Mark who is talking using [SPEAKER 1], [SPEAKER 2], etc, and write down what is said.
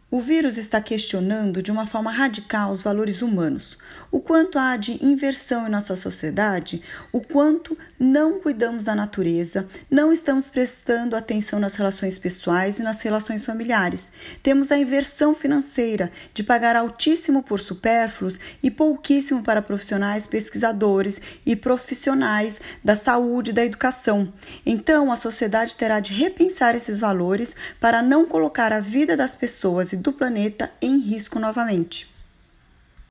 [SPEAKER 1] O vírus está questionando de uma forma radical os valores humanos, o quanto há de inversão em nossa sociedade, o quanto não cuidamos da natureza, não estamos prestando atenção nas relações pessoais e nas relações familiares. Temos a inversão financeira de pagar altíssimo por supérfluos e pouquíssimo para profissionais, pesquisadores e profissionais da saúde e da educação. Então, a sociedade terá de repensar esses valores para não colocar a vida das pessoas e do planeta em risco novamente.